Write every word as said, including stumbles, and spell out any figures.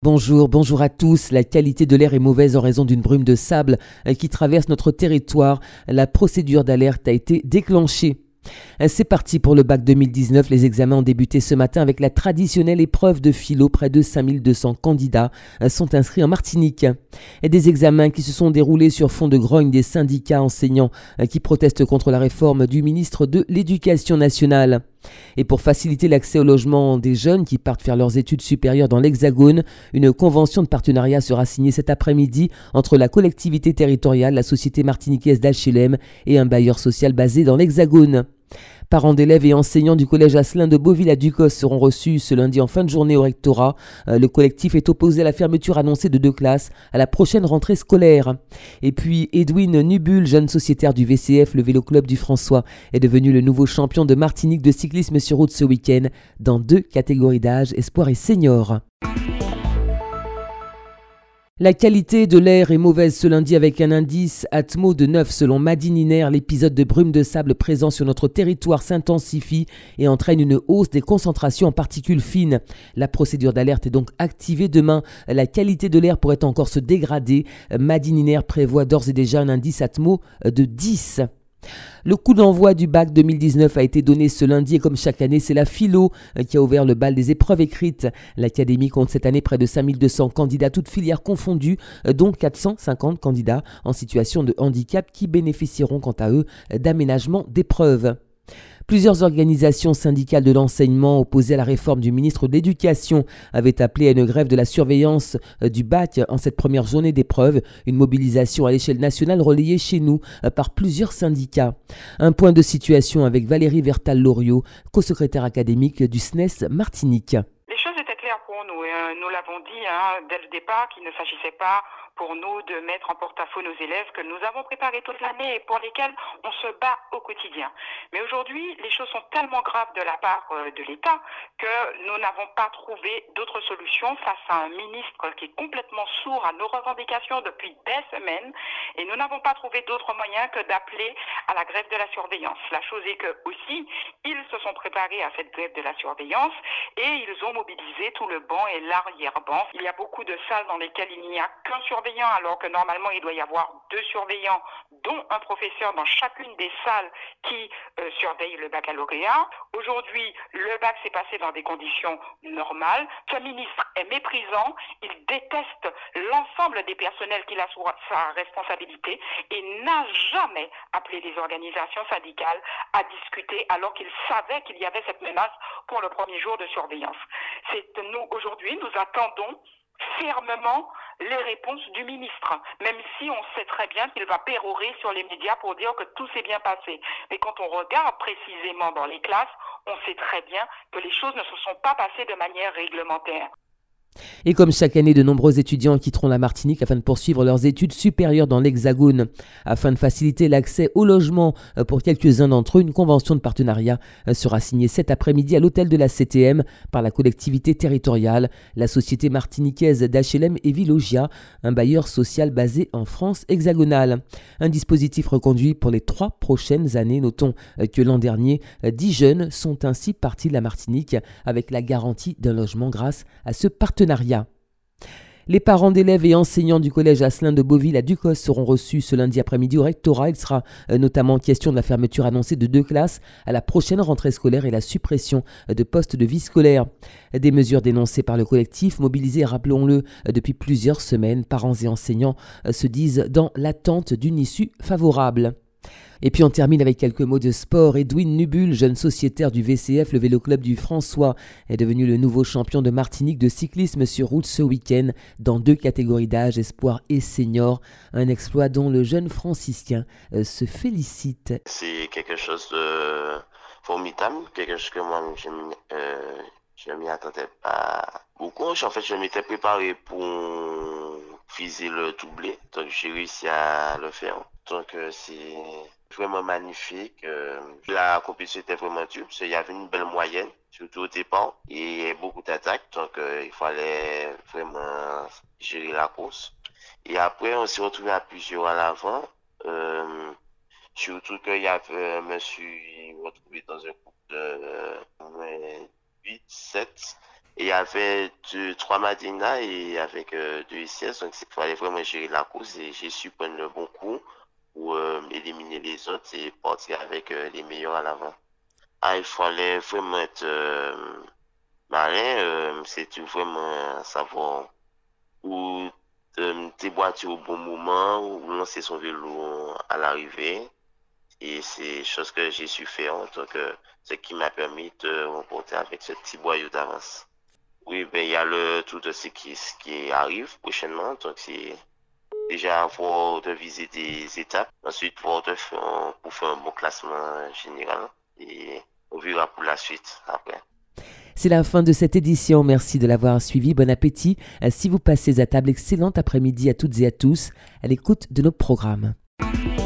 Bonjour, bonjour à tous. La qualité de l'air est mauvaise en raison d'une brume de sable qui traverse notre territoire. La procédure d'alerte a été déclenchée. C'est parti pour le bac deux mille dix-neuf. Les examens ont débuté ce matin avec la traditionnelle épreuve de philo. Près de cinq mille deux cents candidats sont inscrits en Martinique. Et des examens qui se sont déroulés sur fond de grogne des syndicats enseignants qui protestent contre la réforme du ministre de l'Éducation nationale. Et pour faciliter l'accès au logement des jeunes qui partent faire leurs études supérieures dans l'Hexagone, une convention de partenariat sera signée cet après-midi entre la collectivité territoriale, la société martiniquaise d'H L M et un bailleur social basé dans l'Hexagone. Parents d'élèves et enseignants du collège Asselin de Beauville à Ducos seront reçus ce lundi en fin de journée au rectorat. Le collectif est opposé à la fermeture annoncée de deux classes à la prochaine rentrée scolaire. Et puis Edwin Nubul, jeune sociétaire du V C F, le Vélo Club du François, est devenu le nouveau champion de Martinique de cyclisme sur route ce week-end dans deux catégories d'âge, espoir et senior. La qualité de l'air est mauvaise ce lundi avec un indice Atmo de neuf selon Madininer. L'épisode de brume de sable présent sur notre territoire s'intensifie et entraîne une hausse des concentrations en particules fines. La procédure d'alerte est donc activée. Demain, la qualité de l'air pourrait encore se dégrader. Madininer prévoit d'ores et déjà un indice Atmo de dix. Le coup d'envoi du bac deux mille dix-neuf a été donné ce lundi et comme chaque année, c'est la philo qui a ouvert le bal des épreuves écrites. L'académie compte cette année près de cinq mille deux cents candidats, toutes filières confondues, dont quatre cent cinquante candidats en situation de handicap qui bénéficieront quant à eux d'aménagements d'épreuves. Plusieurs organisations syndicales de l'enseignement opposées à la réforme du ministre de l'Éducation avaient appelé à une grève de la surveillance du bac en cette première journée d'épreuve, une mobilisation à l'échelle nationale relayée chez nous par plusieurs syndicats. Un point de situation avec Valérie Vertal-Loriot, co-secrétaire académique du S N E S Martinique. Les choses étaient claires pour nous et euh, nous l'avons dit hein, dès le départ qu'il ne s'agissait pas pour nous de mettre en porte-à-faux nos élèves que nous avons préparés toute l'année et pour lesquels on se bat au quotidien. Mais aujourd'hui, les choses sont tellement graves de la part euh, de l'État que nous n'avons pas trouvé d'autre solution face à un ministre qui est complètement sourd à nos revendications depuis des semaines et nous n'avons pas trouvé d'autre moyen que d'appeler à la grève de la surveillance. La chose est que aussi, ils se sont préparés à cette grève de la surveillance et ils ont mobilisé tout le banc et l'arrière-banc. Il y a beaucoup de salles dans lesquelles il n'y a qu'un surveillant alors que normalement il doit y avoir deux surveillants dont un professeur dans chacune des salles qui euh, surveille le baccalauréat. Aujourd'hui, le bac s'est passé dans des conditions normales. Ce ministre est méprisant, il déteste l'ensemble des personnels qu'il a sous sa responsabilité et n'a jamais appelé les organisations syndicales à discuter alors qu'il savait qu'il y avait cette menace pour le premier jour de surveillance. C'est nous aujourd'hui, nous attendons fermement les réponses du ministre, même si on sait très bien qu'il va pérorer sur les médias pour dire que tout s'est bien passé. Mais quand on regarde précisément dans les classes, on sait très bien que les choses ne se sont pas passées de manière réglementaire. Et comme chaque année, de nombreux étudiants quitteront la Martinique afin de poursuivre leurs études supérieures dans l'Hexagone. Afin de faciliter l'accès au logement pour quelques-uns d'entre eux, une convention de partenariat sera signée cet après-midi à l'hôtel de la C T M par la collectivité territoriale, la société martiniquaise d'H L M et Villogia, un bailleur social basé en France hexagonale. Un dispositif reconduit pour les trois prochaines années. Notons que l'an dernier, dix jeunes sont ainsi partis de la Martinique avec la garantie d'un logement grâce à ce partenariat. Les parents d'élèves et enseignants du collège Asselin de Beauville à Ducos seront reçus ce lundi après-midi au rectorat. Il sera notamment question de la fermeture annoncée de deux classes à la prochaine rentrée scolaire et la suppression de postes de vie scolaire. Des mesures dénoncées par le collectif, mobilisé, rappelons-le, depuis plusieurs semaines. Parents et enseignants se disent dans l'attente d'une issue favorable. Et puis on termine avec quelques mots de sport. Edwin Nubul, jeune sociétaire du V C F, le Vélo Club du François, est devenu le nouveau champion de Martinique de cyclisme sur route ce week-end dans deux catégories d'âge, espoir et senior. Un exploit dont le jeune franciscain euh, se félicite. C'est quelque chose de formidable, quelque chose que moi je euh, je m'y attendais pas beaucoup. En fait, je m'étais préparé pour viser le doublé, donc j'ai réussi à le faire. Donc euh, c'est vraiment magnifique. Euh, la compétition était vraiment dure parce qu'il y avait une belle moyenne, surtout au départ, et beaucoup d'attaques. Donc euh, il fallait vraiment gérer la course. Et après, on s'est retrouvé à plusieurs à l'avant. Euh, surtout qu'il y avait, je me suis retrouvé dans un groupe de huit, sept. Et il y avait deux, trois Madina et avec euh, deux S S. Donc, il fallait vraiment gérer la course et j'ai su prendre le bon coup pour euh, éliminer les autres et partir avec euh, les meilleurs à l'avant. Ah, il fallait vraiment être euh, malin. Euh, c'est vraiment savoir où euh, déboîter au bon moment, ou lancer son vélo à l'arrivée. Et c'est chose que j'ai su faire. Donc, euh, ce qui m'a permis de remporter avec ce petit boyau d'avance. Oui, ben, il y a le Tour de ski qui arrive prochainement. Donc, c'est déjà avoir de viser des étapes. Ensuite, pour, de faire, pour faire un bon classement général. Et on verra pour la suite après. C'est la fin de cette édition. Merci de l'avoir suivi. Bon appétit. Si vous passez à table, excellent après-midi à toutes et à tous à l'écoute de nos programmes.